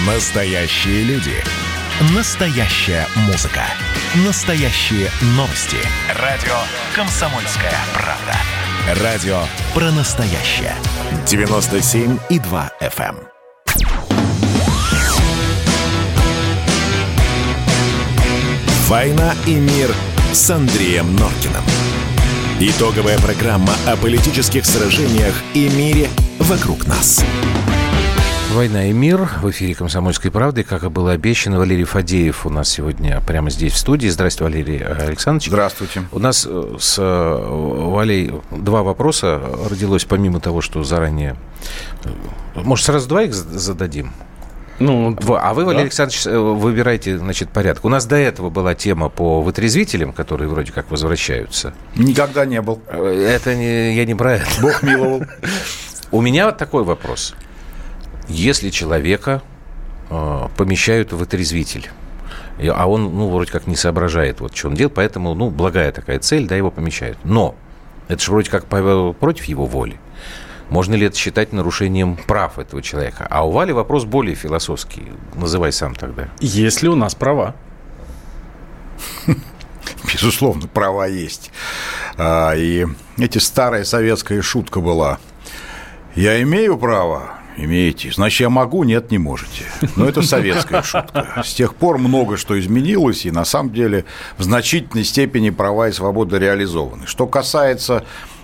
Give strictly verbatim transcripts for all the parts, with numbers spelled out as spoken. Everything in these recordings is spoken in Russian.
Настоящие люди. Настоящая музыка. Настоящие новости. Радио «Комсомольская правда». Радио про настоящее. девяносто семь и два эф эм. «Война и мир» с Андреем Норкиным. Итоговая программа о политических сражениях и мире вокруг нас. «Война и мир» в эфире «Комсомольской правды». Как и было обещано, Валерий Фадеев у нас сегодня прямо здесь в студии. Здравствуйте, Валерий Александрович. Здравствуйте. У нас с Валей два вопроса родилось, помимо того, что заранее... Может, сразу два их зададим? Ну, а вы, Валерий да. Александрович, выбирайте, значит, порядок. У нас до этого была тема по вытрезвителям, которые вроде как возвращаются. Никогда не был. Это не, я не про это. Бог миловал. У меня вот такой вопрос. Если человека э, помещают в вытрезвитель, а он, ну, вроде как не соображает, вот, что он делает, поэтому, ну, благая такая цель, да, его помещают. Но это же вроде как против его воли. Можно ли это считать нарушением прав этого человека? А у Вали вопрос более философский. Называй сам тогда. Есть ли у нас права? Безусловно, права есть. И эти старая советская шутка была. Я имею право? Имеете. Значит, я могу? Нет, не можете. Но это советская шутка. С тех пор много что изменилось, и на самом деле в значительной степени права и свобода реализованы. Что касается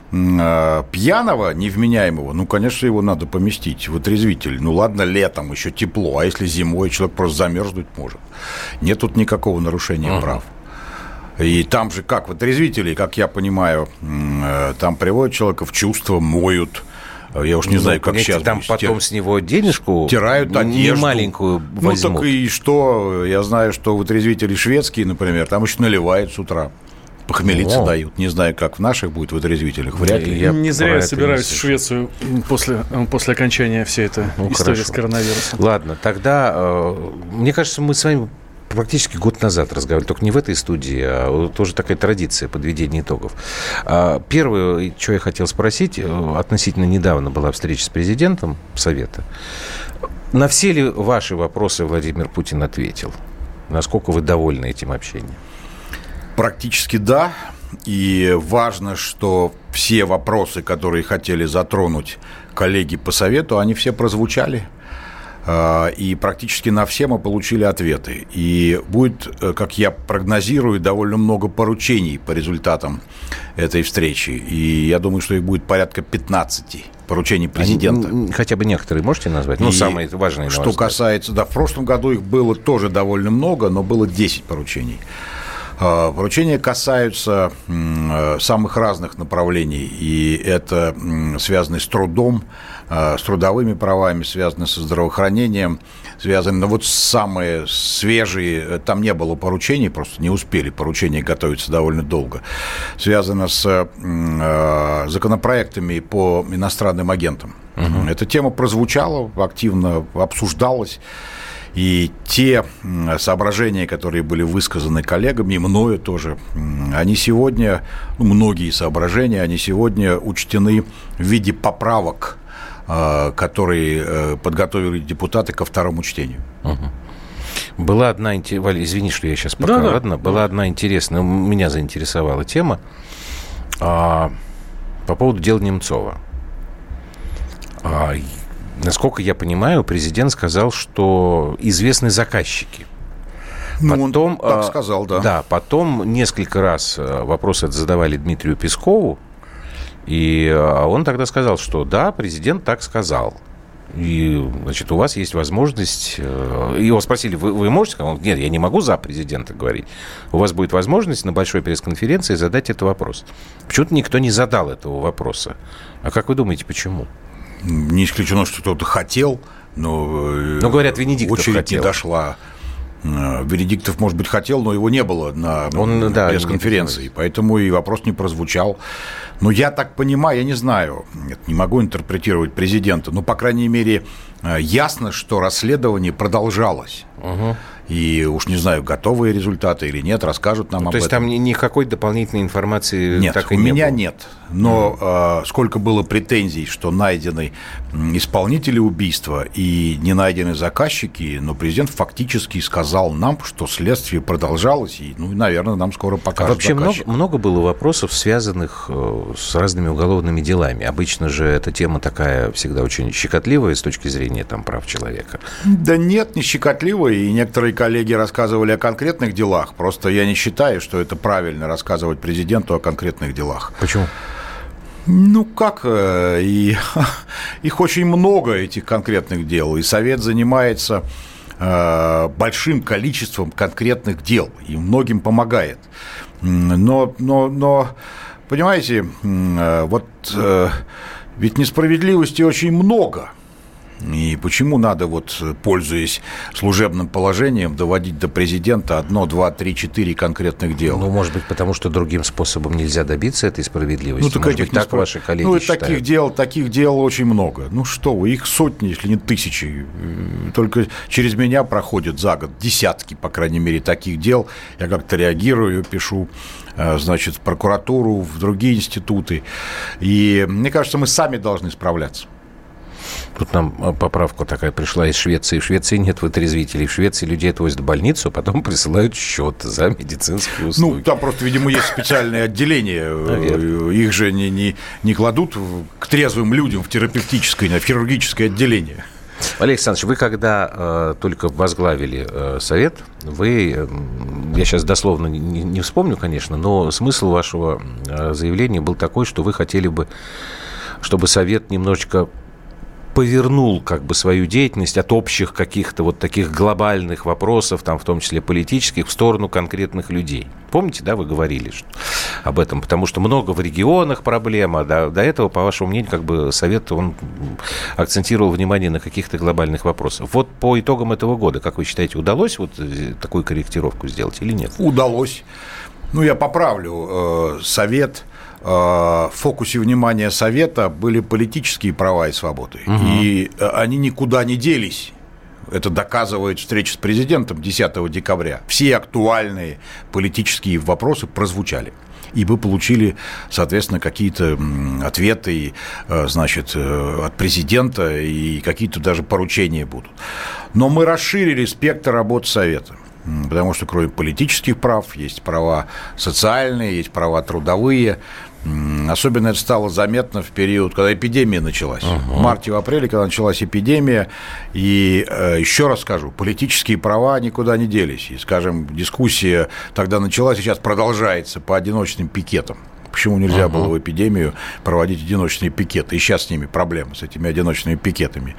пьяного, невменяемого, ну, конечно, его надо поместить в вытрезвитель. Ну, ладно, летом еще тепло, а если зимой человек просто замерзнуть может? Нет тут никакого нарушения uh-huh. прав. И там же, как в вытрезвителе, как я понимаю, там приводят человека в чувство, моют. Я уж не ну, знаю, как сейчас. Там потом Тир... с него денежку стирают одежду. Не маленькую возьмут. Ну, так и что? Я знаю, что вытрезвители шведские, например, там еще наливают с утра. Похмелиться О. дают. Не знаю, как в наших будет вытрезвителях. Вряд ли. Я не зря я собираюсь в Швецию после, после окончания всей этой ну, истории хорошо. С коронавирусом. Ладно, тогда, э, мне кажется, мы с вами практически год назад разговаривали, только не в этой студии, а тоже такая традиция подведения итогов. Первое, что я хотел спросить, относительно недавно была встреча с президентом Совета. На все ли ваши вопросы Владимир Путин ответил? Насколько вы довольны этим общением? Практически да. И важно, что все вопросы, которые хотели затронуть коллеги по Совету, они все прозвучали. И практически на все мы получили ответы. И будет, как я прогнозирую, довольно много поручений по результатам этой встречи. И я думаю, что их будет порядка пятнадцать поручений президента. Они, хотя бы некоторые можете назвать? Ну, и самые важные. Что касается... Да, в прошлом году их было тоже довольно много, но было десять поручений. Поручения касаются самых разных направлений, и это связано с трудом, с трудовыми правами, связано со здравоохранением, связано, ну, вот самые свежие, там не было поручений, просто не успели, поручения готовиться довольно долго, связано с законопроектами по иностранным агентам. Угу. Эта тема прозвучала, активно обсуждалась. И те соображения, которые были высказаны коллегами, и мною тоже, они сегодня, ну, многие соображения, они сегодня учтены в виде поправок, которые подготовили депутаты ко второму чтению. Угу. Была одна, Валя, извини, что я сейчас пока, да, ладно, да. Была одна интересная, меня заинтересовала тема а, по поводу дела Немцова. А, Насколько я понимаю, президент сказал, что известны заказчики. Ну, потом, он так сказал, да. Да, потом несколько раз вопросы задавали Дмитрию Пескову, и он тогда сказал, что да, президент так сказал. И, значит, у вас есть возможность... Его спросили, вы, вы можете? Он говорит, нет, я не могу за президента говорить. У вас будет возможность на большой пресс-конференции задать этот вопрос. Почему-то никто не задал этого вопроса. А как вы думаете, почему? Не исключено, что кто-то хотел, но, но говорят, Венедиктов очередь хотел. не дошла. Венедиктов, может быть, хотел, но его не было на Он, да, пресс-конференции, поэтому и вопрос не прозвучал. Но я так понимаю, я не знаю, не могу интерпретировать президента, но, по крайней мере, ясно, что расследование продолжалось. Угу. и уж не знаю, готовые результаты или нет, расскажут нам ну, об то этом. То есть там никакой дополнительной информации нет, так и не было? Нет, у меня было. нет. Но mm. э, сколько было претензий, что найдены исполнители убийства и не найдены заказчики, но президент фактически сказал нам, что следствие продолжалось, и, ну, наверное, нам скоро покажут. А вообще много, много было вопросов, связанных э, с разными уголовными делами. Обычно же эта тема такая всегда очень щекотливая с точки зрения там, прав человека. Да нет, не щекотливая, и некоторые коллеги рассказывали о конкретных делах, просто я не считаю, что это правильно рассказывать президенту о конкретных делах. Почему? Ну, как, и их очень много, этих конкретных дел, и Совет занимается э, большим количеством конкретных дел, и многим помогает. Но, но, но понимаете, э, вот э, ведь несправедливости очень много. И почему надо, вот, пользуясь служебным положением, доводить до президента одно, два, три, четыре конкретных дела? Ну, может быть, потому что другим способом нельзя добиться этой справедливости. Ну, так может этих быть, так несправ... ваши коллеги ну, считают. таких дел, таких дел очень много. Ну, что вы, их сотни, если не тысячи. Только через меня проходят за год десятки, по крайней мере, таких дел. Я как-то реагирую, пишу, значит, в прокуратуру, в другие институты. И мне кажется, мы сами должны справляться. Тут нам поправка такая пришла из Швеции. В Швеции нет вытрезвителей. В Швеции людей отвозят в больницу, а потом присылают счет за медицинские услуги. Ну, там просто, видимо, есть специальное отделение. Наверное. Их же не, не, не кладут к трезвым людям в терапевтическое, в хирургическое отделение. Олег Александрович, вы когда э, только возглавили э, Совет, вы, э, я сейчас дословно не, не вспомню, конечно, но смысл вашего э, заявления был такой, что вы хотели бы, чтобы Совет немножечко повернул как бы свою деятельность от общих каких-то вот таких глобальных вопросов, там, в том числе политических, в сторону конкретных людей. Помните, да, вы говорили что, об этом? Потому что много в регионах проблем, а до, до этого, по вашему мнению, как бы Совет, он акцентировал внимание на каких-то глобальных вопросах. Вот по итогам этого года, как вы считаете, удалось вот такую корректировку сделать или нет? Удалось. Ну, я поправлю. Совет... В фокусе внимания Совета были политические права и свободы. Угу. И они никуда не делись. Это доказывает встреча с президентом десятого декабря. Все актуальные политические вопросы прозвучали. И вы получили, соответственно, какие-то ответы, значит, от президента, и какие-то даже поручения будут. Но мы расширили спектр работы Совета. Потому что кроме политических прав есть права социальные, есть права трудовые. Особенно это стало заметно в период, когда эпидемия началась. Uh-huh. В марте, в апреле, когда началась эпидемия. И э, еще раз скажу, политические права никуда не делись. И, скажем, дискуссия тогда началась, сейчас продолжается по одиночным пикетам. Почему нельзя uh-huh. было в эпидемию проводить одиночные пикеты? И сейчас с ними проблемы, с этими одиночными пикетами.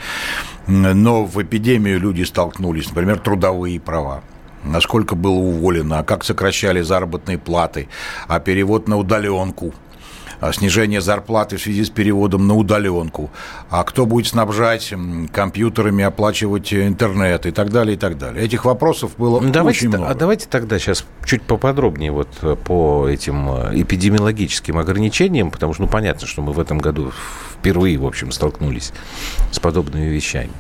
Но в эпидемию люди столкнулись, например, трудовые права. Насколько было уволено, а как сокращали заработные платы, а перевод на удаленку, а снижение зарплаты в связи с переводом на удаленку, а кто будет снабжать компьютерами, оплачивать интернет и так далее, и так далее. Этих вопросов было ну, давайте, очень много. А давайте тогда сейчас чуть поподробнее вот по этим эпидемиологическим ограничениям, потому что, ну, понятно, что мы в этом году впервые, в общем, столкнулись с подобными вещами.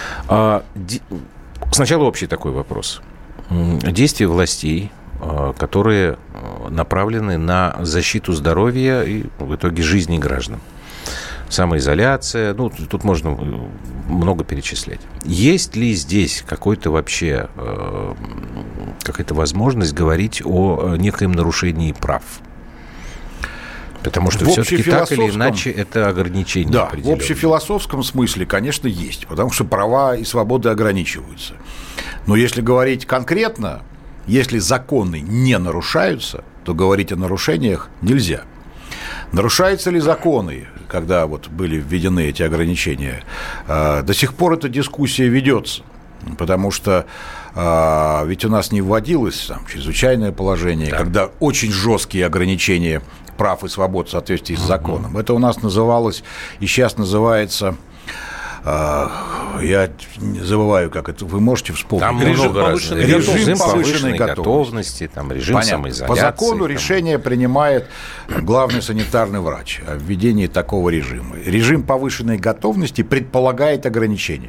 Сначала общий такой вопрос. Действия властей, которые направлены на защиту здоровья и в итоге жизни граждан. Самоизоляция, ну, тут можно много перечислять. Есть ли здесь какой-то вообще, какая-то возможность говорить о некоем нарушении прав? Потому что все-таки так или иначе это ограничение. Да, в общефилософском смысле, конечно, есть, потому что права и свободы ограничиваются. Но если говорить конкретно, если законы не нарушаются, то говорить о нарушениях нельзя. Нарушаются ли законы, когда вот были введены эти ограничения? До сих пор эта дискуссия ведется, потому что ведь у нас не вводилось там чрезвычайное положение, да. когда очень жесткие ограничения прав и свобод в соответствии с законом. Это у нас называлось и сейчас называется... Я забываю, как это. Вы можете вспомнить? Там режим повышенной, режим режим повышенной готовности, готовности там, режим Понятно. самоизоляции. По закону там... решение принимает главный санитарный врач о введении такого режима. Режим повышенной готовности предполагает ограничения.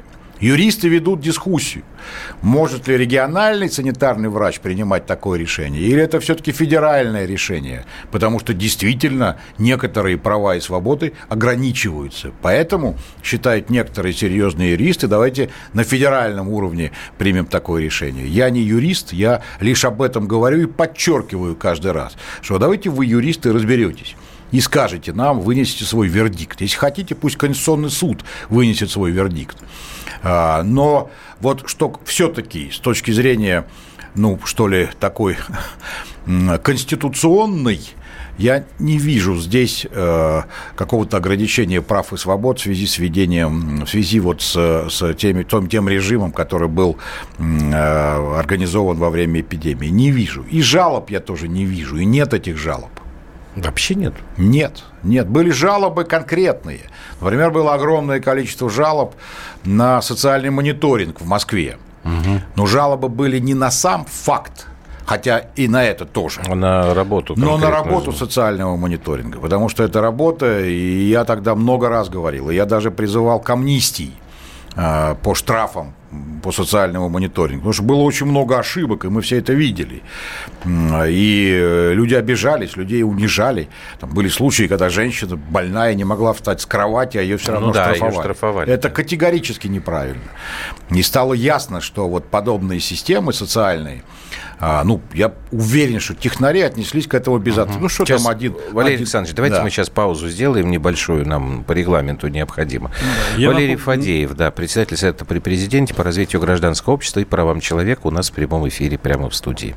Юристы ведут дискуссию. Может ли региональный санитарный врач принимать такое решение? Или это все-таки федеральное решение? Потому что действительно некоторые права и свободы ограничиваются. Поэтому, считают некоторые серьезные юристы, давайте на федеральном уровне примем такое решение. Я не юрист, я лишь об этом говорю и подчеркиваю каждый раз, что давайте вы, юристы, разберетесь. И скажете нам, вынесите свой вердикт. Если хотите, пусть Конституционный суд вынесет свой вердикт. Но вот что все-таки с точки зрения, ну, что ли, такой конституционной, я не вижу здесь какого-то ограничения прав и свобод в связи с введением, в связи вот с, с теми, тем, тем режимом, который был организован во время эпидемии. Не вижу. И жалоб я тоже не вижу. И нет этих жалоб. Вообще нет? Нет, нет. Были жалобы конкретные. Например, было огромное количество жалоб на социальный мониторинг в Москве. Угу. Но жалобы были не на сам факт, хотя и на это тоже. На работу. Но на работу социального мониторинга. Потому что это работа, и я тогда много раз говорил, и я даже призывал к амнистии по штрафам по социальному мониторингу, потому что было очень много ошибок, и мы все это видели. И люди обижались, людей унижали. Там были случаи, когда женщина больная не могла встать с кровати, а ее все равно ну, да, штрафовали. Ее штрафовали. Это категорически неправильно. И стало ясно, что вот подобные системы социальные, ну, я уверен, что технари отнеслись к этому безответственно. Угу. Ну, что сейчас, там один... Валерий один... Александрович, давайте да. мы сейчас паузу сделаем небольшую, нам по регламенту необходимо. Я Валерий напом... Фадеев, да, председатель Совета при президенте по развитию гражданского общества и правам человека у нас в прямом эфире прямо в студии.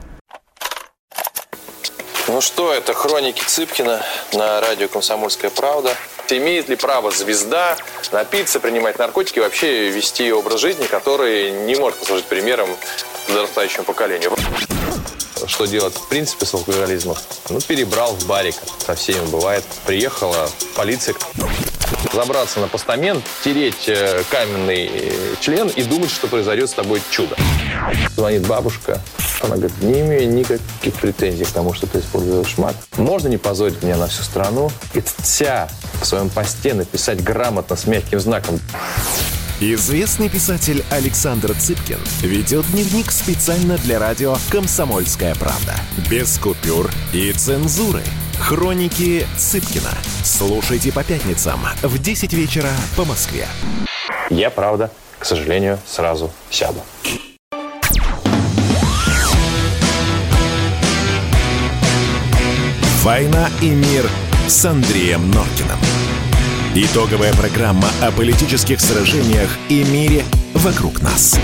Ну что, это хроники Цыпкина на радио «Комсомольская правда». Имеет ли право звезда напиться, принимать наркотики и вообще вести образ жизни, который не может послужить примером подрастающему поколению? Что делать в принципе с алкоголизмом? Ну, перебрал в барик. Со всеми бывает. Приехала полиция. Забраться на постамент, тереть каменный член и думать, что произойдет с тобой чудо. Звонит бабушка. Она говорит, не имею никаких претензий к тому, что ты используешь мат. Можно не позорить меня на всю страну и вся в своем посте написать грамотно с мягким знаком. Известный писатель Александр Цыпкин ведет дневник специально для радио «Комсомольская правда». Без купюр и цензуры. Хроники Цыпкина. Слушайте по пятницам в десять вечера по Москве. Я, правда, к сожалению, сразу сяду. «Война и мир» с Андреем Норкиным. Итоговая программа о политических сражениях и мире вокруг нас.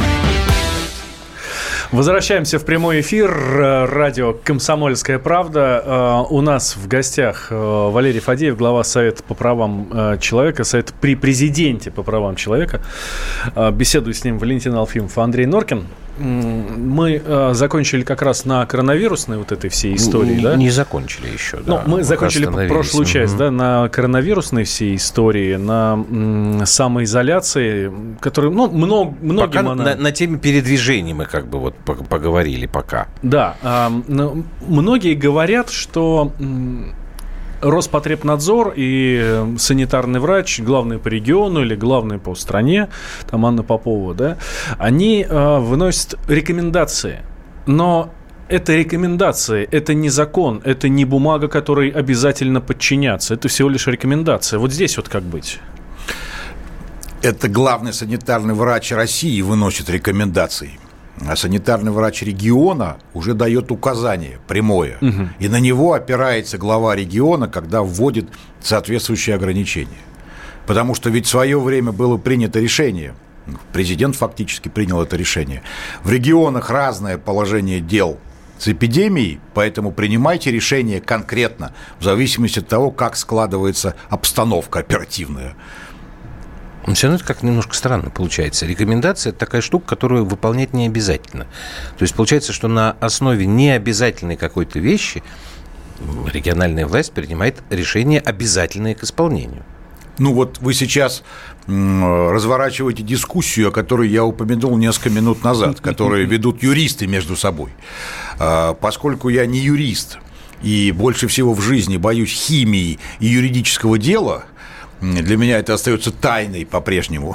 Возвращаемся в прямой эфир. Радио «Комсомольская правда». У нас в гостях Валерий Фадеев, глава Совета по правам человека, Совета при президенте по правам человека. Беседую с ним Валентин Алфимов, Андрей Норкин. Мы э, закончили как раз на коронавирусной вот этой всей истории, не, да? Не закончили еще, да. Ну, мы закончили прошлую часть, mm-hmm. да, на коронавирусной всей истории, на м, самоизоляции, которая, ну, много, многим пока она... на, на теме передвижений мы как бы вот поговорили пока. Да, э, многие говорят, что... М, Роспотребнадзор и санитарный врач, главный по региону или главный по стране, там Анна Попова, да, они э, выносят рекомендации. Но это рекомендации, это не закон, это не бумага, которой обязательно подчиняться. Это всего лишь рекомендация. Вот здесь вот как быть? Это главный санитарный врач России выносит рекомендации. А санитарный врач региона уже дает указание прямое. Угу. И на него опирается глава региона, когда вводит соответствующие ограничения. Потому что ведь в свое время было принято решение, президент фактически принял это решение. В регионах разное положение дел с эпидемией, поэтому принимайте решение конкретно, в зависимости от того, как складывается обстановка оперативная. Все равно это как немножко странно получается. Рекомендация – это такая штука, которую выполнять не обязательно. То есть получается, что на основе необязательной какой-то вещи региональная власть принимает решение, обязательное к исполнению. Ну вот вы сейчас разворачиваете дискуссию, о которой я упомянул несколько минут назад, которые ведут юристы между собой. Поскольку я не юрист и больше всего в жизни боюсь химии и юридического дела, для меня это остается тайной по-прежнему.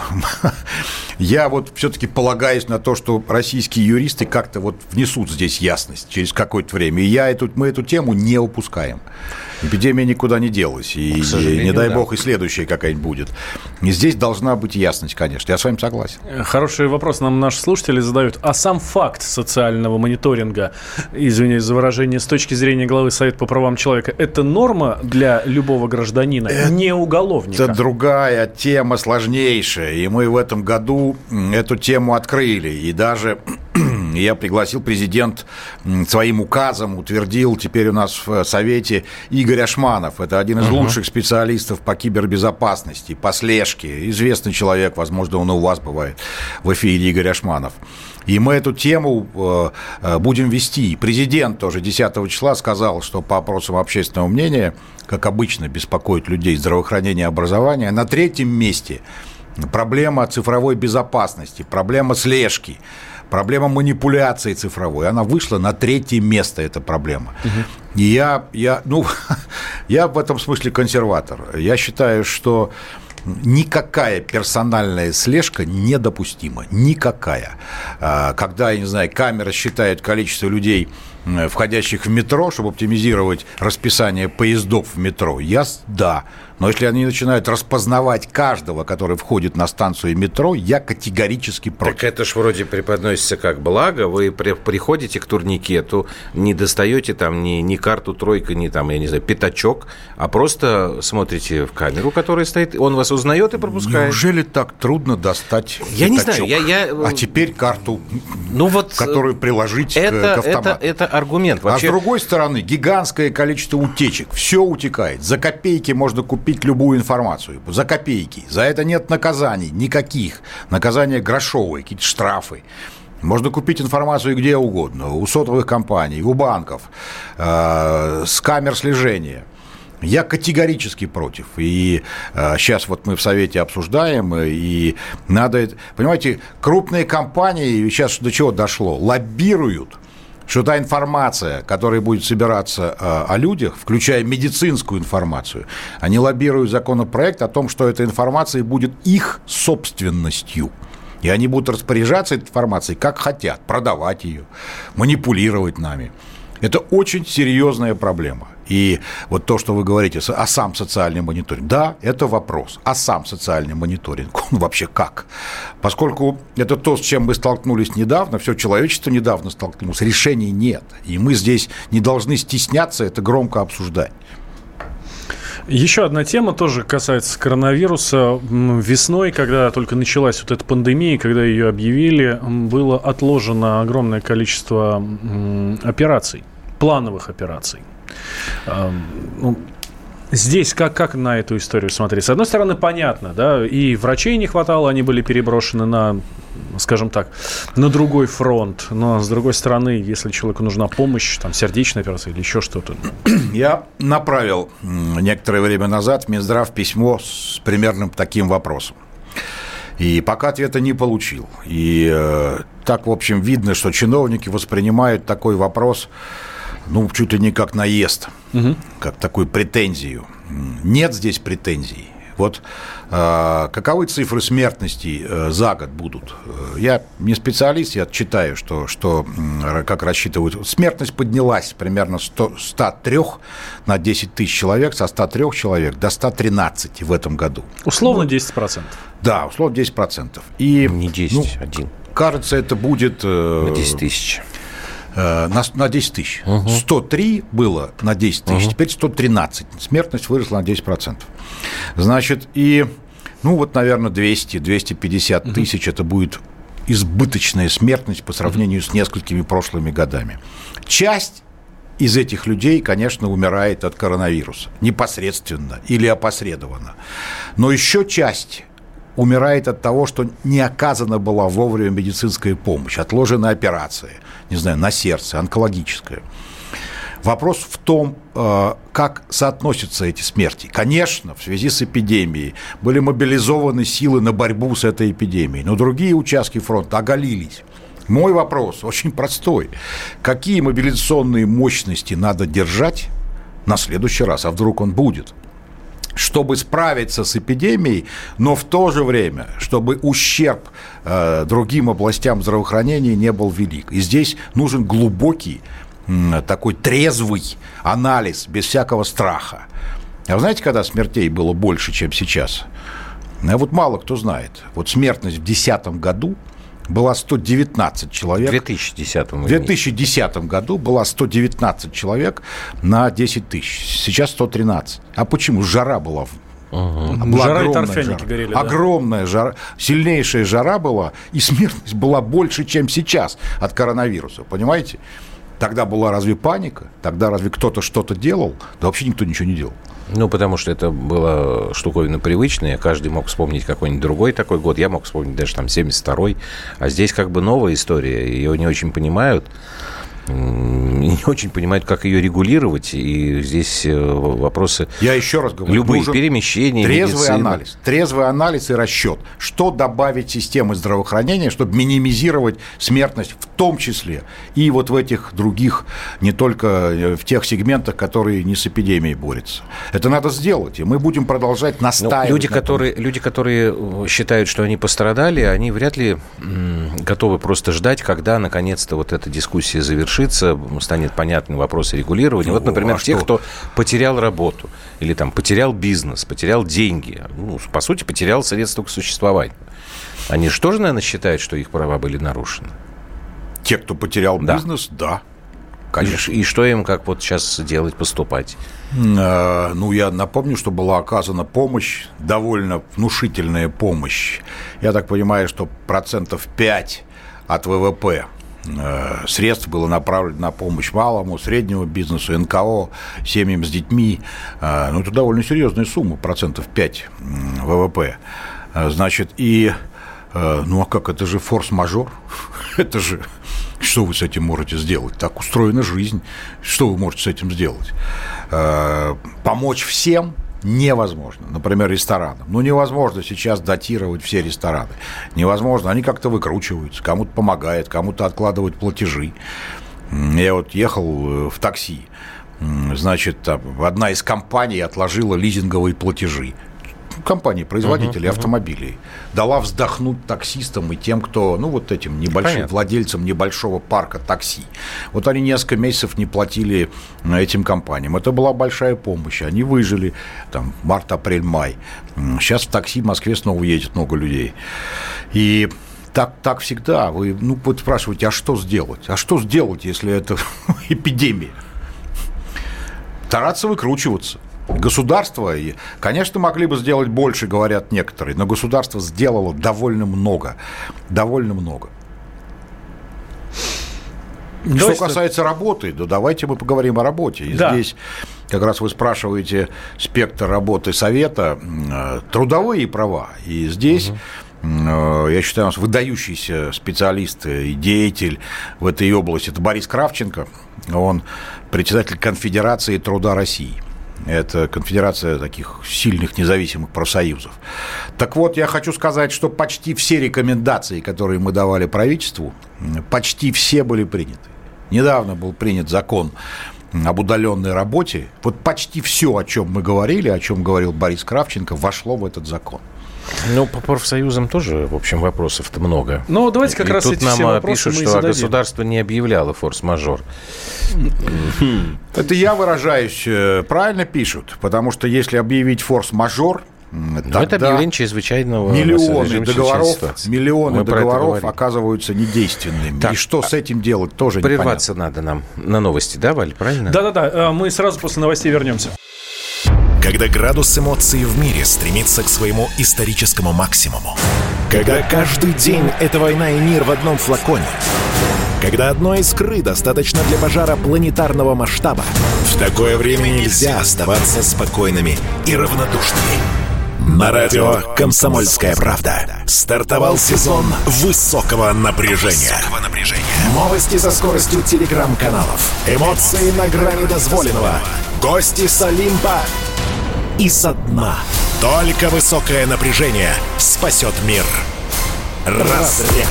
Я вот все-таки полагаюсь на то, что российские юристы как-то вот внесут здесь ясность через какое-то время. И я эту, мы эту тему не упускаем. Эпидемия никуда не делась. И, и не дай да. бог, и следующая какая-нибудь будет. И здесь должна быть ясность, конечно. Я с вами согласен. Хороший вопрос нам наши слушатели задают. А сам факт социального мониторинга, извиняюсь за выражение, с точки зрения главы Совета по правам человека, это норма для любого гражданина, это, не уголовника? Это другая тема, сложнейшая. И мы в этом году эту тему открыли. И даже... Я пригласил, президент своим указом утвердил теперь у нас в Совете Игорь Ашманов. Это один из uh-huh. лучших специалистов по кибербезопасности, по слежке. Известный человек, возможно, он и у вас бывает в эфире, Игорь Ашманов. И мы эту тему э, будем вести. Президент тоже десятого числа сказал, что по опросам общественного мнения, как обычно, беспокоит людей здравоохранение и образование. На третьем месте проблема цифровой безопасности, проблема слежки. Проблема манипуляции цифровой, она вышла на третье место, эта проблема. Угу. И я, я, ну, я в этом смысле консерватор. Я считаю, что никакая персональная слежка недопустима. Никакая. Когда, я не знаю, камера считает количество людей, входящих в метро, чтобы оптимизировать расписание поездов в метро, я, да. Но если они начинают распознавать каждого, который входит на станцию метро, я категорически против. Так это ж вроде преподносится как благо. Вы при, приходите к турникету, не достаете там ни, ни карту тройка, ни там, я не знаю, пятачок, а просто смотрите в камеру, которая стоит, он вас узнает и пропускает. Неужели так трудно достать я пятачок? Не знаю, я, я... А теперь карту, ну вот которую приложить это, к автомату. Это, это аргумент. Вообще... А с другой стороны, гигантское количество утечек. Все утекает. За копейки можно купить любую информацию. За копейки. За это нет наказаний никаких. Наказания грошовые, какие-то штрафы. Можно купить информацию где угодно. У сотовых компаний, у банков, э, с камер слежения. Я категорически против. И э, сейчас вот мы в Совете обсуждаем, и надо... Понимаете, крупные компании, сейчас до чего дошло, лоббируют, что та информация, которая будет собираться э, о людях, включая медицинскую информацию, они лоббируют законопроект о том, что эта информация будет их собственностью. И они будут распоряжаться этой информацией, как хотят, продавать ее, манипулировать нами. Это очень серьезная проблема. И вот то, что вы говорите, а сам социальный мониторинг, да, это вопрос. А сам социальный мониторинг, он вообще как? Поскольку это то, с чем мы столкнулись недавно, все человечество недавно столкнулось, решений нет. И мы здесь не должны стесняться это громко обсуждать. Еще одна тема тоже касается коронавируса. Весной, когда только началась вот эта пандемия, когда ее объявили, было отложено огромное количество операций, плановых операций. Здесь как, как на эту историю смотреть? С одной стороны, понятно, да, и врачей не хватало, они были переброшены на, скажем так, на другой фронт. Но, с другой стороны, если человеку нужна помощь, там, сердечная операция или еще что-то. Я направил некоторое время назад в Минздрав письмо с примерным таким вопросом. И пока ответа не получил. И э, так, в общем, видно, что чиновники воспринимают такой вопрос... ну, чуть ли не как наезд, угу. как такую претензию. Нет здесь претензий. Вот э, каковы цифры смертности э, за год будут? Я не специалист, я читаю, что, что э, как рассчитывают. Смертность поднялась примерно сто, сто три на десять тысяч человек, со ста трёх человек до ста тринадцати в этом году. Условно десять процентов. Да, условно десять процентов. И, не десять, ну, один. Кажется, это будет... Э, на десять тысяч. На, на десять тысяч. Угу. сто три было на десять тысяч, угу. теперь сто тринадцать. Смертность выросла на десять процентов. Значит, и, ну, вот, наверное, двести - двести пятьдесят угу. тысяч – это будет избыточная смертность по сравнению угу. с несколькими прошлыми годами. Часть из этих людей, конечно, умирает от коронавируса. Непосредственно или опосредованно. Но еще часть умирает от того, что не оказана была вовремя медицинская помощь, отложена операция, не знаю, на сердце, онкологическая. Вопрос в том, как соотносятся эти смерти. Конечно, в связи с эпидемией были мобилизованы силы на борьбу с этой эпидемией, но другие участки фронта оголились. Мой вопрос очень простой. Какие мобилизационные мощности надо держать на следующий раз, а вдруг он будет? чтобы справиться с эпидемией, но в то же время, чтобы ущерб э, другим областям здравоохранения не был велик. И здесь нужен глубокий, э, такой трезвый анализ, без всякого страха. А вы знаете, когда смертей было больше, чем сейчас? А вот мало кто знает. Вот смертность в две тысячи десятом году была сто девятнадцать человек. В две тысячи десятом. В две тысячи десятом году была сто девятнадцать человек на десять тысяч. Сейчас сто тринадцать. А почему? Жара была. Угу. Была жара и торфяники жара. горели. Огромная да. жара. Сильнейшая жара была, и смертность была больше, чем сейчас от коронавируса. Понимаете? Тогда была разве паника? Тогда разве кто-то что-то делал? Да вообще никто ничего не делал. Ну, потому что это была штуковина привычная, каждый мог вспомнить какой-нибудь другой такой год, я мог вспомнить даже там семьдесят второй, а здесь как бы новая история, ее не очень понимают, не очень понимают, как ее регулировать, и здесь вопросы... Я еще раз говорю, любые перемещения, трезвый медицина. анализ, трезвый анализ и расчет, что добавить системе здравоохранения, чтобы минимизировать смертность, в том числе и вот в этих других, не только в тех сегментах, которые не с эпидемией борются. Это надо сделать, и мы будем продолжать настаивать. Ну, люди, которые, люди, которые считают, что они пострадали, они вряд ли м, готовы просто ждать, когда наконец-то вот эта дискуссия завершится, станет понятны вопросы регулирования. Вот, например, а те, что? кто потерял работу или там потерял бизнес, потерял деньги, ну, по сути, потерял средства к существованию. Они же тоже, наверное, считают, что их права были нарушены? Те, кто потерял да. бизнес, да. Конечно. И, и что им, как вот сейчас делать, поступать? Э, ну, я напомню, что была оказана помощь, довольно внушительная помощь. Я так понимаю, что процентов пять от ВВП средств было направлено на помощь малому, среднему бизнесу, эн ка о, семьям с детьми. Ну, это довольно серьезная сумма, процентов пять ВВП. Значит, и, ну, а как, это же форс-мажор, это же, что вы с этим можете сделать? Так устроена жизнь, что вы можете с этим сделать? Помочь всем невозможно. Например, ресторанам. Ну, невозможно сейчас датировать все рестораны. Невозможно. Они как-то выкручиваются. Кому-то помогает, кому-то откладывают платежи. Я вот ехал в такси. Значит, одна из компаний отложила лизинговые платежи. Компании-производители uh-huh, автомобилей. Uh-huh. Дала вздохнуть таксистам и тем, кто, ну, вот этим небольшим Понятно. владельцам небольшого парка такси. Вот они несколько месяцев не платили этим компаниям. Это была большая помощь. Они выжили, там, март, апрель, май. Сейчас в такси в Москве снова едет много людей. И так, так всегда. Вы, ну, вот спрашиваете, а что сделать? А что сделать, если это эпидемия? Стараться выкручиваться. Государство, конечно, могли бы сделать больше, говорят некоторые, но государство сделало довольно много, довольно много. Давайте Что касается работы, да давайте мы поговорим о работе. И да. Здесь как раз вы спрашиваете спектр работы Совета, трудовые права. И здесь, угу. я считаю, у нас выдающийся специалист и деятель в этой области – это Борис Кравченко. Он председатель Конфедерации труда России. Это конфедерация таких сильных независимых профсоюзов. Так вот, я хочу сказать, что почти все рекомендации, которые мы давали правительству, почти все были приняты. Недавно был принят закон об удаленной работе. Вот почти все, о чем мы говорили, о чем говорил Борис Кравченко, вошло в этот закон. Ну, по профсоюзам тоже, в общем, вопросов-то много. Ну, давайте как и раз тут эти нам все вопросы пишут, мы и что зададим. Государство не объявляло форс-мажор. Это я выражаюсь, правильно пишут, потому что если объявить форс-мажор, но это объявление чрезвычайного миллионы договоров, миллионы договоров оказываются недейственными. Так, и что с этим делать, тоже непонятно. Прерваться надо нам на новости, да, Валь, правильно? Да-да-да, мы сразу после новостей вернемся. Когда градус эмоций в мире стремится к своему историческому максимуму. Когда каждый день — это война и мир в одном флаконе. Когда одной искры достаточно для пожара планетарного масштаба. В такое время нельзя оставаться спокойными и равнодушными. На радио «Комсомольская правда» стартовал сезон высокого напряжения. Высокого напряжения. Новости со скоростью телеграм-каналов. Эмоции на грани дозволенного. Гости с Олимпа и со дна. Только высокое напряжение спасет мир. Разряд.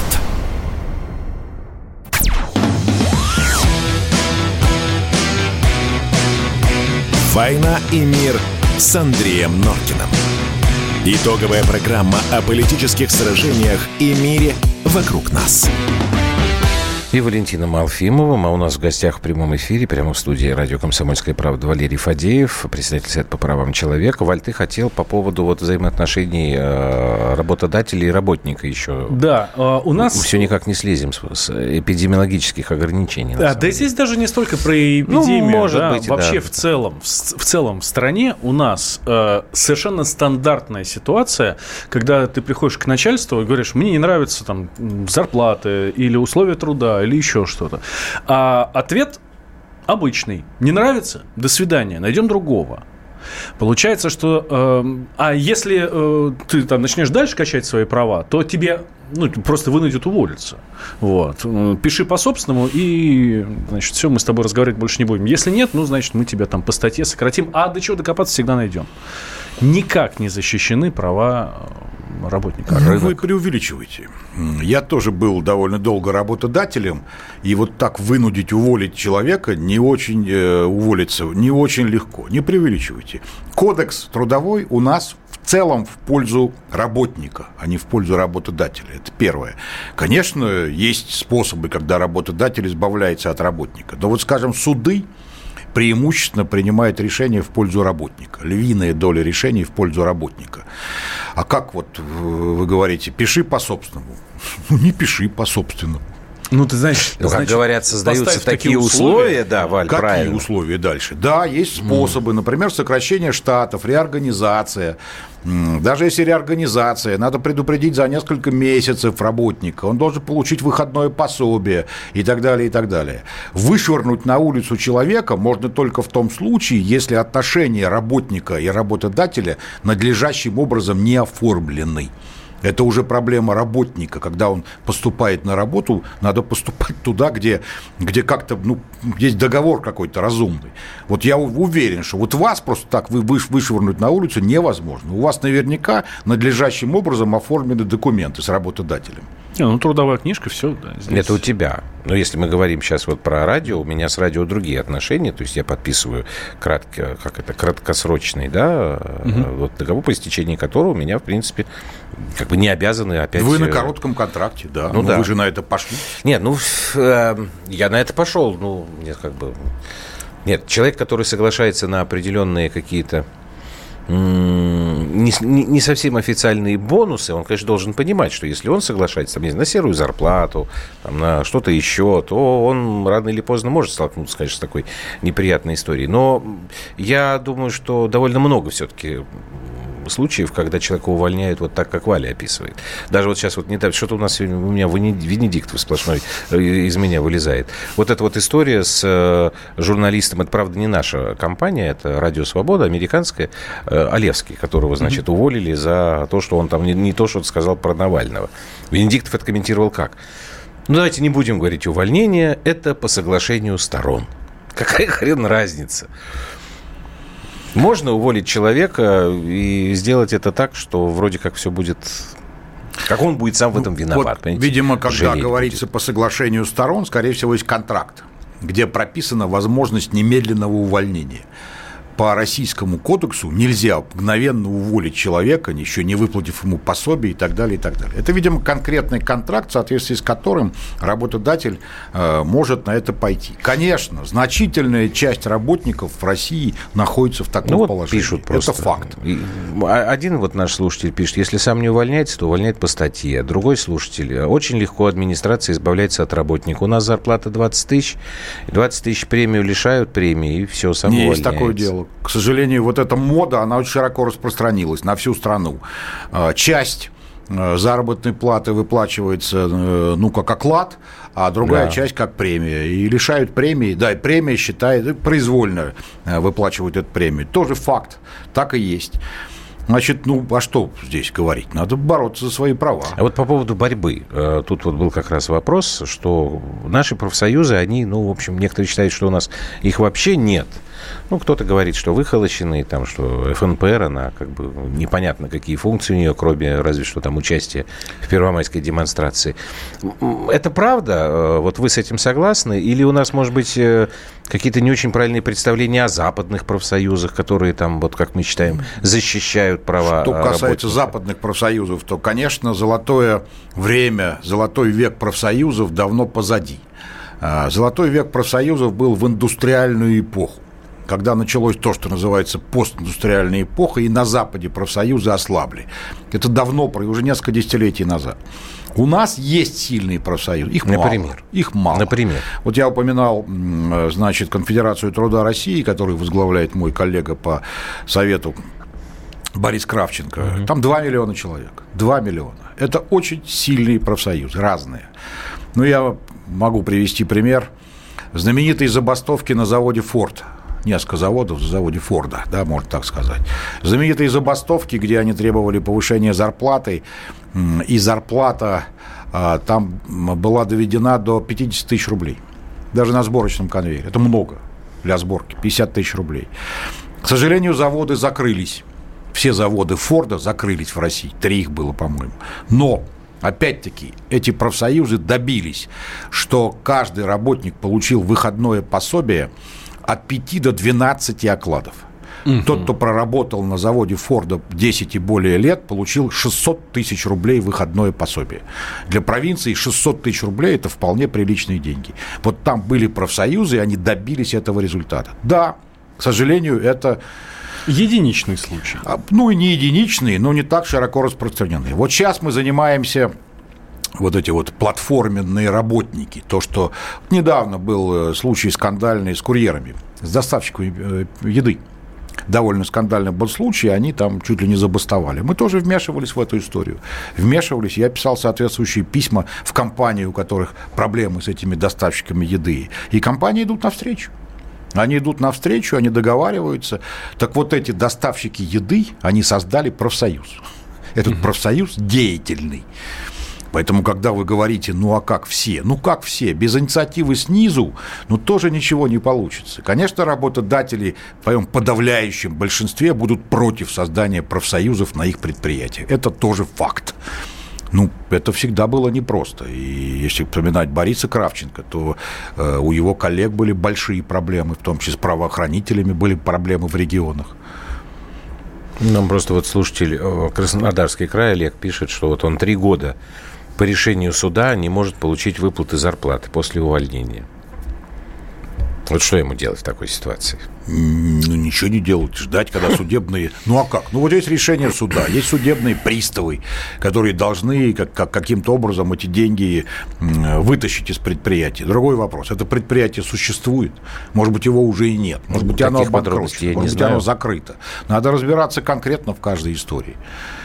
«Война и мир» с Андреем Норкиным. Итоговая программа о политических сражениях и мире вокруг нас. И Валентина Малфимова. А у нас в гостях в прямом эфире, прямо в студии радио «Комсомольская правда» Валерий Фадеев, председатель Совета по правам человека. Валь, ты хотел по поводу вот взаимоотношений э, работодателя и работника еще. Да, э, у нас... Мы все никак не слезем с, с эпидемиологических ограничений. Да, да здесь даже не столько про эпидемию. Ну, может да, быть, вообще да. в целом, в, в целом в стране у нас э, совершенно стандартная ситуация, когда ты приходишь к начальству и говоришь, мне не нравятся там зарплаты или условия труда, или еще что-то. А ответ обычный. Не нравится? До свидания. Найдем другого. Получается, что... Э, а если э, ты там начнешь дальше качать свои права, то тебе ну, просто вынудят уволиться. Вот. Пиши по собственному, и, значит, все, мы с тобой разговаривать больше не будем. Если нет, ну, значит, мы тебя там по статье сократим. А до чего докопаться всегда найдем. Никак не защищены права работника. Ну, вы преувеличиваете. Я тоже был довольно долго работодателем, и вот так вынудить уволить человека не очень э, уволиться не очень легко. Не преувеличивайте. Кодекс трудовой у нас в целом в пользу работника, а не в пользу работодателя. Это первое. Конечно, есть способы, когда работодатель избавляется от работника. Но вот, скажем, суды преимущественно принимает решения в пользу работника. Львиная доля решений в пользу работника. А как вот вы говорите, пиши по собственному? Ну, не пиши по собственному. Ну, ты знаешь, ну, как значит, говорят, создаются такие, такие условия, условия, да, Валь, какие правильно. условия дальше? Да, есть способы, например, сокращение штатов, реорганизация. Даже если реорганизация, надо предупредить за несколько месяцев работника, он должен получить выходное пособие и так далее, и так далее. Вышвырнуть на улицу человека можно только в том случае, если отношения работника и работодателя надлежащим образом не оформлены. Это уже проблема работника. Когда он поступает на работу, надо поступать туда, где, где как-то ну, есть договор какой-то разумный. Вот я уверен, что вот вас просто так вышвырнуть на улицу невозможно. У вас наверняка надлежащим образом оформлены документы с работодателем. Не, ну, трудовая книжка, все. Да, здесь. Это у тебя. Но если мы говорим сейчас вот про радио, у меня с радио другие отношения. То есть я подписываю кратко, как это, краткосрочный, да, угу. вот договор, по истечении которого у меня, в принципе, как бы не обязаны опять... Вы на коротком контракте, да. Ну, да. Вы же на это пошли. Нет, ну, я на это пошел. Ну, нет, как бы... Нет, человек, который соглашается на определенные какие-то Не, не, не совсем официальные бонусы, он, конечно, должен понимать, что если он соглашается там, не знаю, на серую зарплату, там, на что-то еще, то он рано или поздно может столкнуться, конечно, с такой неприятной историей. Но я думаю, что довольно много все-таки случаев, когда человека увольняют вот так, как Валя описывает. Даже вот сейчас вот не так, что-то у нас у меня Венедиктов сплошной из меня вылезает. Вот эта вот история с журналистом, это, правда, не наша компания, это Радио Свобода, американская, Олевский, которого, значит, mm-hmm. уволили за то, что он там не, не то, что сказал про Навального. Венедиктов это комментировал как? Ну, давайте не будем говорить увольнение, это по соглашению сторон. Какая хрен разница? Можно уволить человека и сделать это так, что вроде как все будет... Как он будет сам в этом виноват. Вот, видимо, когда говорится будет. По соглашению сторон, скорее всего, есть контракт, где прописана возможность немедленного увольнения. По Российскому кодексу нельзя мгновенно уволить человека, еще не выплатив ему пособие и так далее, и так далее. Это, видимо, конкретный контракт, в соответствии с которым работодатель э, может на это пойти. Конечно, значительная часть работников в России находится в таком ну, положении. Пишут просто. Это факт. Один вот наш слушатель пишет, если сам не увольняется, то увольняет по статье. Другой слушатель, очень легко администрация избавляется от работника. У нас зарплата двадцать тысяч, двадцать тысяч премию лишают премии, и все, сам не увольняется. Есть такое дело. К сожалению, вот эта мода, она очень широко распространилась на всю страну. Часть заработной платы выплачивается, ну, как оклад, а другая да. часть как премия. И лишают премии, да, и премия считает, произвольно выплачивают эту премию. Тоже факт, так и есть. Значит, ну, а что здесь говорить? Надо бороться за свои права. А вот по поводу борьбы. Тут вот был как раз вопрос, что наши профсоюзы, они, ну, в общем, некоторые считают, что у нас их вообще нет. Ну, кто-то говорит, что выхолощенные, там, что эф эн пэ эр, она как бы непонятно, какие функции у нее, кроме разве что там участия в первомайской демонстрации. Это правда? Вот вы с этим согласны? Или у нас, может быть, какие-то не очень правильные представления о западных профсоюзах, которые там, вот как мы считаем, защищают права Что касается работников? западных профсоюзов, то, конечно, золотое время, золотой век профсоюзов давно позади. Золотой век профсоюзов был в индустриальную эпоху, когда началось то, что называется постиндустриальная эпоха, и на Западе профсоюзы ослабли. Это давно, уже несколько десятилетий назад. У нас есть сильные профсоюзы, их мало. Например? Их мало. Например? Вот я упоминал, значит, Конфедерацию труда России, которую возглавляет мой коллега по совету Борис Кравченко. Uh-huh. Там два миллиона человек. два миллиона. Это очень сильные профсоюзы, разные. Ну, я могу привести пример. Знаменитые забастовки на заводе «Форд». Несколько заводов на заводе «Форда», да, можно так сказать. Знаменитые забастовки, где они требовали повышения зарплаты, и зарплата а, там была доведена до пятьдесят тысяч рублей. Даже на сборочном конвейере. Это много для сборки. пятьдесят тысяч рублей. К сожалению, заводы закрылись. Все заводы «Форда» закрылись в России. Три их было, по-моему. Но, опять-таки, эти профсоюзы добились, что каждый работник получил выходное пособие от пяти до двенадцати окладов. Угу. Тот, кто проработал на заводе «Форда» десять и более лет, получил шестьсот тысяч рублей выходное пособие. Для провинции шестьсот тысяч рублей – это вполне приличные деньги. Вот там были профсоюзы, и они добились этого результата. Да, к сожалению, это... Единичный случай. Ну, и не единичный, но не так широко распространенный. Вот сейчас мы занимаемся... Вот эти вот платформенные работники, то, что недавно был случай скандальный с курьерами, с доставщиками еды. Довольно скандальный был случай, они там чуть ли не забастовали. Мы тоже вмешивались в эту историю. Вмешивались, я писал соответствующие письма в компании, у которых проблемы с этими доставщиками еды. И компании идут навстречу. Они идут навстречу, они договариваются. Так вот эти доставщики еды, они создали профсоюз. Этот mm-hmm. профсоюз деятельный. Поэтому, когда вы говорите, ну а как все? Ну как все? Без инициативы снизу, ну тоже ничего не получится. Конечно, работодатели в своем подавляющем большинстве будут против создания профсоюзов на их предприятиях. Это тоже факт. Ну, это всегда было непросто. И если вспоминать Бориса Кравченко, то э, у его коллег были большие проблемы, в том числе с правоохранителями были проблемы в регионах. Нам просто вот слушатель Краснодарский край Олег пишет, что вот он три года по решению суда не может получить выплаты зарплаты после увольнения. Вот что ему делать в такой ситуации? Ну, ничего не делать, ждать, когда судебные... Ну, а как? Ну, вот есть решение суда, есть судебные приставы, которые должны как, как, каким-то образом эти деньги вытащить из предприятия. Другой вопрос. Это предприятие существует? Может быть, его уже и нет. Может быть, оно обанкротится. Может быть, оно закрыто. Надо разбираться конкретно в каждой истории.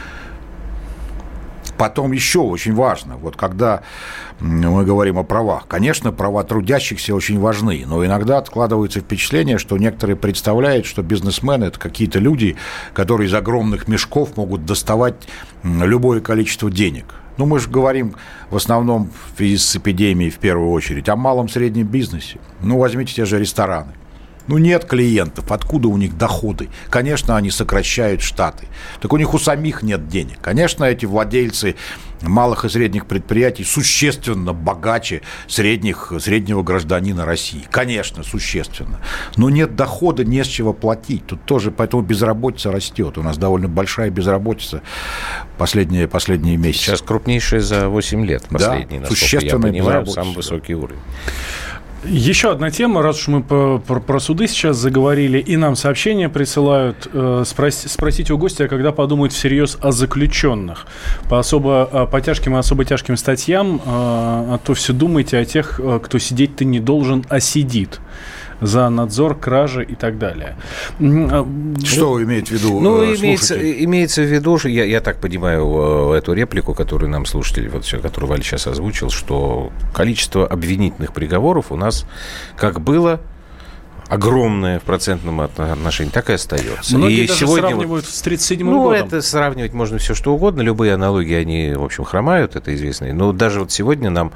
Потом еще очень важно, вот когда мы говорим о правах, конечно, права трудящихся очень важны, но иногда откладывается впечатление, что некоторые представляют, что бизнесмены – это какие-то люди, которые из огромных мешков могут доставать любое количество денег. Ну, мы же говорим в основном в связи с эпидемией в первую очередь о малом и среднем бизнесе. Ну, возьмите те же рестораны. Ну, нет клиентов, откуда у них доходы? Конечно, они сокращают штаты. Так у них у самих нет денег. Конечно, эти владельцы малых и средних предприятий существенно богаче средних, среднего гражданина России. Конечно, существенно. Но нет дохода, не с чего платить. Тут тоже, поэтому безработица растет. У нас довольно большая безработица последние, последние месяцы. Сейчас крупнейшая за восемь лет. Последний, да, существенная я понимаю, безработица. Самый высокий уровень. Еще одна тема, раз уж мы по, про, про суды сейчас заговорили, и нам сообщения присылают, э, спрос, спросите у гостя, когда подумают всерьез о заключенных. По, особо, по тяжким и особо тяжким статьям, э, а то все думаете о тех, кто сидеть-то не должен, а сидит. За надзор, кражи и так далее. Что имеет в виду? Ну, имеется, имеется в виду, что я, я так понимаю эту реплику, которую нам слушатель, вот все, которую Валя сейчас озвучил, что количество обвинительных приговоров у нас как было, огромное в процентном отношении, так и остается. Многие и даже сегодня сравнивают вот, с тридцать седьмым ну, годом. это сравнивать можно все что угодно. Любые аналогии, они, в общем, хромают, это известно. Но даже вот сегодня нам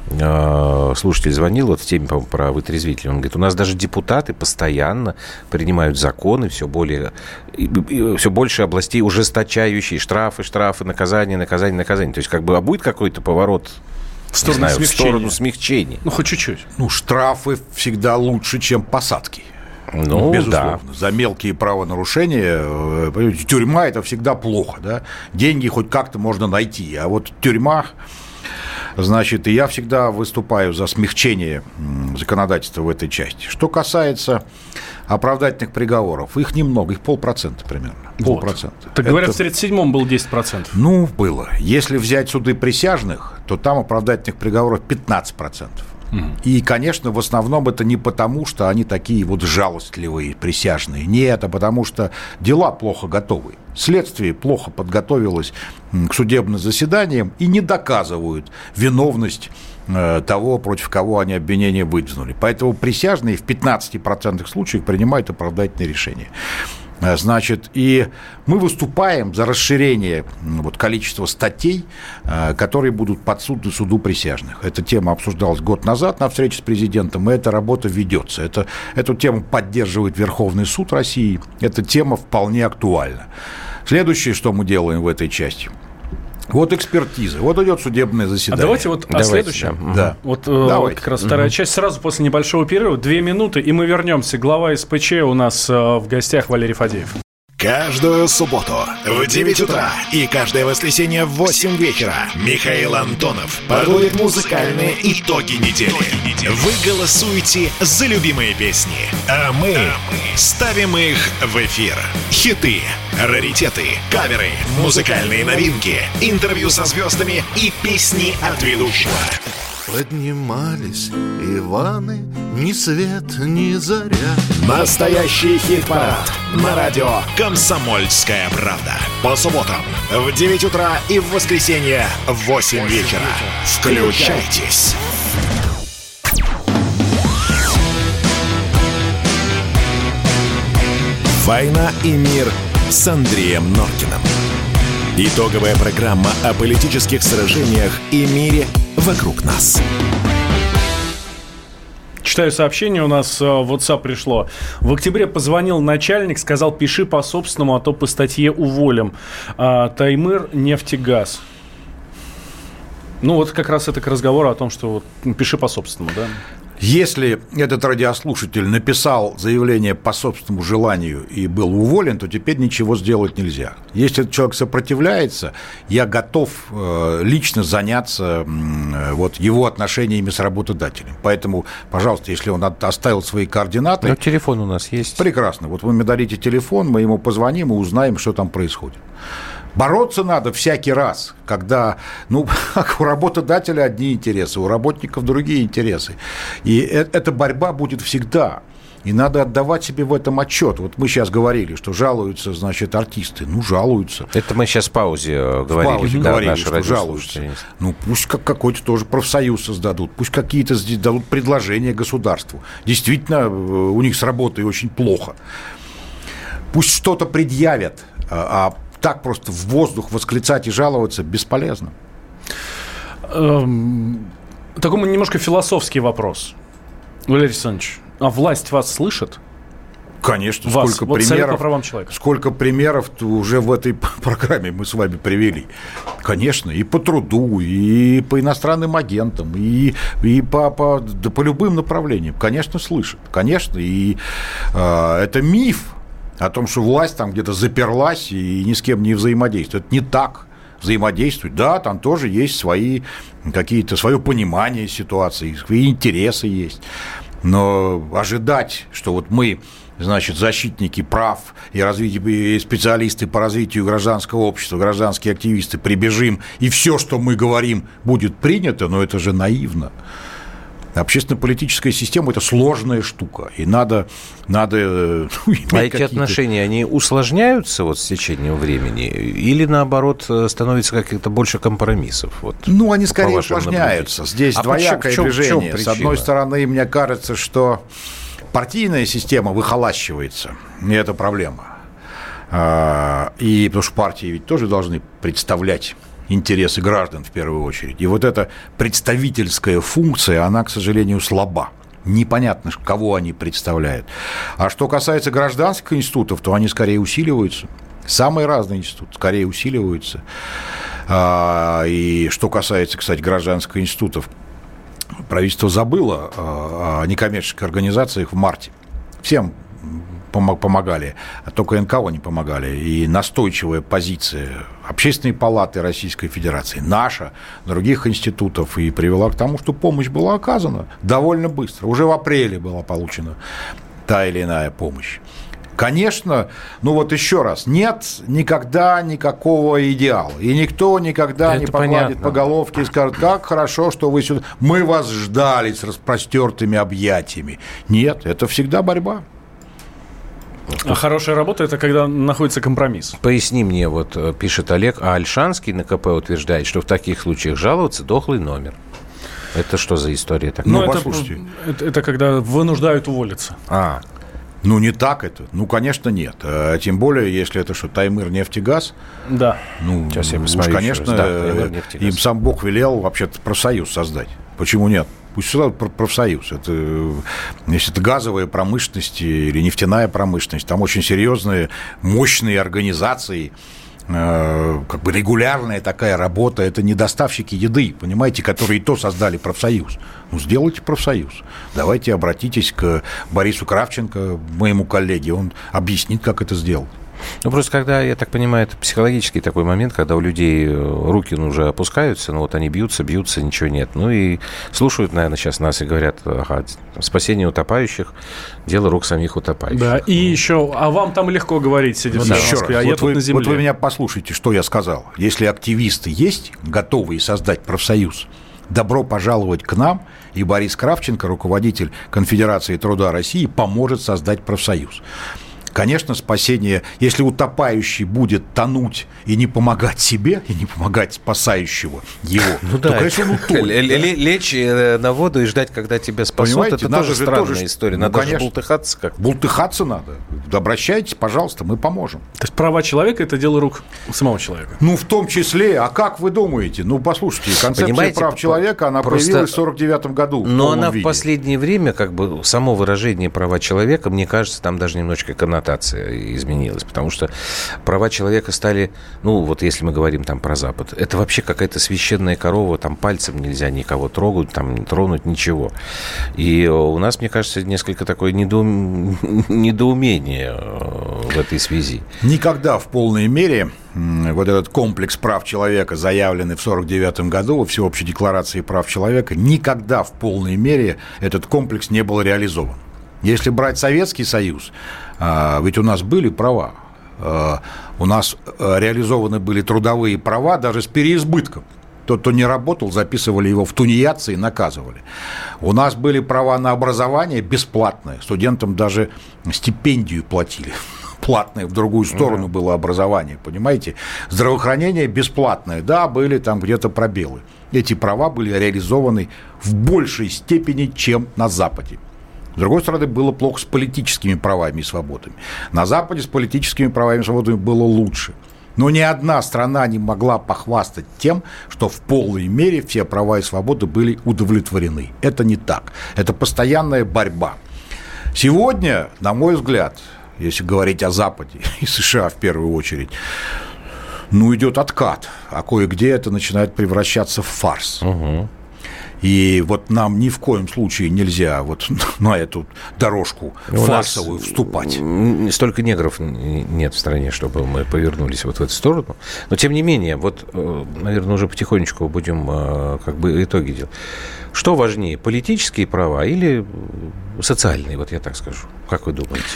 э, слушатель звонил вот в теме, по-моему, про вытрезвитель. Он говорит, у нас даже депутаты постоянно принимают законы все более, и, и, все больше областей ужесточающие, штрафы, штрафы, наказания, наказания, наказания. То есть как бы а будет какой-то поворот в сторону, знаю, в сторону смягчения? Ну, хоть чуть-чуть. Ну, штрафы всегда лучше, чем посадки. Ну, безусловно. Да. За мелкие правонарушения, понимаете, тюрьма – это всегда плохо, да? Деньги хоть как-то можно найти, а вот тюрьма, значит, и я всегда выступаю за смягчение законодательства в этой части. Что касается оправдательных приговоров, их немного, их полпроцента примерно. Полпроцента. Вот. Так говорят, это... в тридцать седьмом было десять процентов. Ну, было. Если взять суды присяжных, то там оправдательных приговоров пятнадцать процентов. И, конечно, в основном это не потому, что они такие вот жалостливые присяжные. Нет, а потому что дела плохо готовы. Следствие плохо подготовилось к судебным заседаниям и не доказывают виновность того, против кого они обвинения выдвинули. Поэтому присяжные в пятнадцати процентах случаев принимают оправдательные решения. Значит, и мы выступаем за расширение вот, количества статей, которые будут подсудны суду присяжных. Эта тема обсуждалась год назад на встрече с президентом, и эта работа ведется. Это, эту тему поддерживает Верховный суд России. Эта тема вполне актуальна. Следующее, что мы делаем в этой части. Вот экспертиза, вот идет судебное заседание. А давайте вот давайте, о следующем. Да. Вот, вот как раз вторая угу. часть. Сразу после небольшого перерыва, две минуты, и мы вернемся. Глава СПЧ у нас в гостях Валерий Фадеев. Каждую субботу в девять утра и каждое воскресенье в восемь вечера Михаил Антонов подводит музыкальные итоги недели. Вы голосуете за любимые песни, а мы ставим их в эфир. Хиты, раритеты, каверы, музыкальные новинки, интервью со звездами и песни от ведущего. Поднимались Иваны, ни свет, ни заря. Настоящий хит-парад на радио «Комсомольская правда». По субботам в девять утра и в воскресенье в восемь вечера. Включайтесь. «Война и мир» с Андреем Норкиным. Итоговая программа о политических сражениях и мире вокруг нас. Читаю сообщение, у нас в WhatsApp пришло. В октябре позвонил начальник, сказал, пиши по собственному, а то по статье уволим. А, Таймыр, нефтегаз. Ну, вот как раз это к разговору о том, что вот, ну, пиши по собственному, да? Если этот радиослушатель написал заявление по собственному желанию и был уволен, то теперь ничего сделать нельзя. Если этот человек сопротивляется, я готов лично заняться вот, его отношениями с работодателем. Поэтому, пожалуйста, если он оставил свои координаты... Но телефон у нас есть. Прекрасно. Вот вы мне дадите телефон, мы ему позвоним и узнаем, что там происходит. Бороться надо всякий раз, когда, ну, у работодателя одни интересы, у работников другие интересы. И эта борьба будет всегда. И надо отдавать себе в этом отчет. Вот мы сейчас говорили, что жалуются, значит, артисты. Ну, жалуются. Это мы сейчас в паузе говорили. В паузе да, говорили, что жалуются. Ну, пусть как какой-то тоже профсоюз создадут, пусть какие-то дадут предложения государству. Действительно, у них с работой очень плохо. Пусть что-то предъявят, а так просто в воздух восклицать и жаловаться бесполезно. Эм, такой немножко философский вопрос. Валерий Александрович, а власть вас слышит? Конечно. Вас, сколько вот примеров, по правам человека. Сколько примеров уже в этой программе мы с вами привели. Конечно, и по труду, и по иностранным агентам, и, и по, по, да по любым направлениям. Конечно, слышит. Конечно, и э, это миф о том, что власть там где-то заперлась и ни с кем не взаимодействует. Это не так. Взаимодействует. Да, там тоже есть свои какие-то, свое понимание ситуации, свои интересы есть. Но ожидать, что вот мы, значит, защитники прав и, развитие, и специалисты по развитию гражданского общества, гражданские активисты, прибежим, и все, что мы говорим, будет принято, но это же наивно. Общественно-политическая система – это сложная штука, и надо… надо ну, а эти отношения, они усложняются вот с течением времени или, наоборот, становится каких-то больше компромиссов? Вот, ну, они скорее усложняются. Здесь а двоякое в чем, движение. В чем с одной стороны, мне кажется, что партийная система выхолащивается, и это проблема. И потому что партии ведь тоже должны представлять интересы граждан в первую очередь. И вот эта представительская функция, она, к сожалению, слаба. Непонятно, кого они представляют. А что касается гражданских институтов, то они скорее усиливаются. Самые разные институты скорее усиливаются. И что касается, кстати, гражданских институтов, правительство забыло о некоммерческих организациях в марте. Всем помогали, а только эн ка о не помогали. И настойчивая позиция Общественной палаты Российской Федерации, наша, других институтов, и привела к тому, что помощь была оказана довольно быстро. Уже в апреле была получена та или иная помощь. Конечно, ну вот еще раз, нет никогда никакого идеала. И никто никогда это не погладит по головке и скажет, как хорошо, что вы сюда... Мы вас ждали с распростертыми объятиями. Нет, это всегда борьба. А хорошая работа – это когда находится компромисс. Поясни мне, вот пишет Олег, а Ольшанский на ка пэ утверждает, что в таких случаях жаловаться дохлый номер. Это что за история такая? Ну, ну послушайте. Это, это когда вынуждают уволиться. А, Ну, не так это. Ну, конечно, нет. А тем более, если это что, Таймыр нефтегаз. Да. Ну, сейчас я уж, посмотрю. конечно, Да, им сам Бог велел вообще-то профсоюз создать. Почему нет? Пусть создадут профсоюз. Это, если это газовая промышленность или нефтяная промышленность, там очень серьезные, мощные организации, как бы регулярная такая работа. Это не доставщики еды, понимаете, которые и то создали профсоюз. Ну, сделайте профсоюз. Давайте обратитесь к Борису Кравченко, моему коллеге, он объяснит, как это сделать. Ну, просто когда, я так понимаю, это психологический такой момент, когда у людей руки уже опускаются, ну, вот они бьются, бьются, ничего нет. Ну, и слушают, наверное, сейчас нас и говорят, ага, спасение утопающих – дело рук самих утопающих. Да, и еще, а вам там легко говорить, сидя ну, в Москве, а вот я вы, тут на земле. Вот вы меня послушайте, что я сказал. Если активисты есть, готовые создать профсоюз, добро пожаловать к нам, и Борис Кравченко, руководитель Конфедерации труда России, поможет создать профсоюз. Конечно, спасение, если утопающий будет тонуть и не помогать себе, и не помогать спасающего его, ну, то, да, конечно, он утонет. Лечь на воду и ждать, когда тебя спасут, понимаете, это тоже странная тоже, история. Ну, надо конечно, же бултыхаться как-то. Бултыхаться надо. Обращайтесь, пожалуйста, мы поможем. То есть права человека – это дело рук самого человека? Ну, в том числе. А как вы думаете? Ну, послушайте, концепция Понимаете, прав человека, она просто... появилась в сорок девятом году. Но она виде. в последнее время, как бы, само выражение права человека, мне кажется, там даже немножечко коннотация изменилась, потому что права человека стали, ну, вот если мы говорим там про Запад, это вообще какая-то священная корова, там пальцем нельзя никого трогать, там тронуть ничего. И у нас, мне кажется, несколько такое недоум... недоумение в этой связи. Никогда в полной мере вот этот комплекс прав человека, заявленный в сорок девятом году во Всеобщей декларации прав человека, никогда в полной мере этот комплекс не был реализован. Если брать Советский Союз, ведь у нас были права, у нас реализованы были трудовые права даже с переизбытком. Тот, кто не работал, записывали его в тунеядцы и наказывали. У нас были права на образование бесплатное, студентам даже стипендию платили. Платное в другую сторону было образование, понимаете? Здравоохранение бесплатное, да, были там где-то пробелы. Эти права были реализованы в большей степени, чем на Западе. С другой стороны, было плохо с политическими правами и свободами. На Западе с политическими правами и свободами было лучше. Но ни одна страна не могла похвастать тем, что в полной мере все права и свободы были удовлетворены. Это не так. Это постоянная борьба. Сегодня, на мой взгляд, если говорить о Западе и США в первую очередь, ну, идет откат, а кое-где это начинает превращаться в фарс. Угу. И вот нам ни в коем случае нельзя вот на эту дорожку у фарсовую вступать. Столько негров нет в стране, чтобы мы повернулись вот в эту сторону. Но, тем не менее, вот, наверное, уже потихонечку будем как бы итоги делать. Что важнее, политические права или социальные, вот я так скажу? Как вы думаете?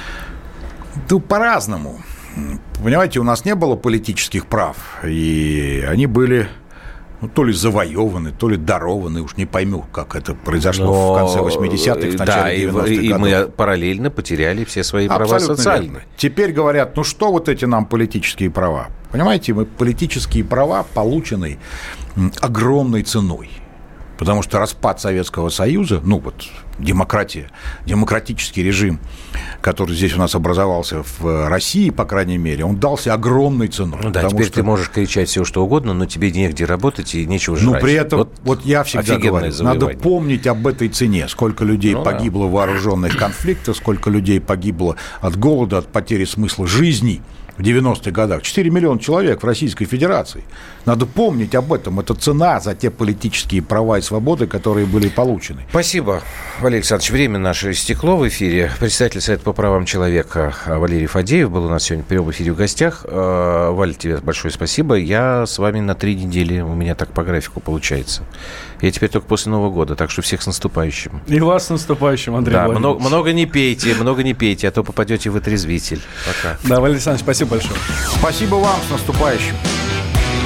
Ну, по-разному. Понимаете, у нас не было политических прав, и они были... Ну, то ли завоеваны, то ли дарованы, уж не пойму, как это произошло Но, в конце восьмидесятых, в начале девяностых и, годов. И мы параллельно потеряли все свои права социальные. Верно. Теперь говорят, ну что вот эти нам политические права? Понимаете, мы политические права получены огромной ценой. Потому что распад Советского Союза, ну вот демократия, демократический режим, который здесь у нас образовался в России, по крайней мере, он дался огромной ценой. Ну да, теперь что... ты можешь кричать все, что угодно, но тебе негде работать и нечего жрать. Ну, при этом, вот, вот я всегда говорю, надо помнить об этой цене. Сколько людей ну, погибло да. в вооруженных конфликтах, сколько людей погибло от голода, от потери смысла жизни. В девяностых годах. четыре миллиона человек в Российской Федерации. Надо помнить об этом. Это цена за те политические права и свободы, которые были получены. Спасибо, Валерий Александрович. Время наше истекло в эфире. Председатель Совета по правам человека Валерий Фадеев был у нас сегодня в прямом эфире в гостях. Валь, тебе большое спасибо. Я с вами на три недели. У меня так по графику получается. Я теперь только после Нового года. Так что всех с наступающим. И вас с наступающим, Андрей да, Владимирович. Много, много не пейте, много не пейте, а то попадете в отрезвитель. Пока. Да, Валерий Александрович, спасибо большое. Спасибо вам, с наступающим.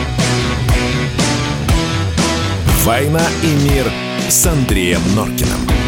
«Война и мир» с Андреем Норкиным.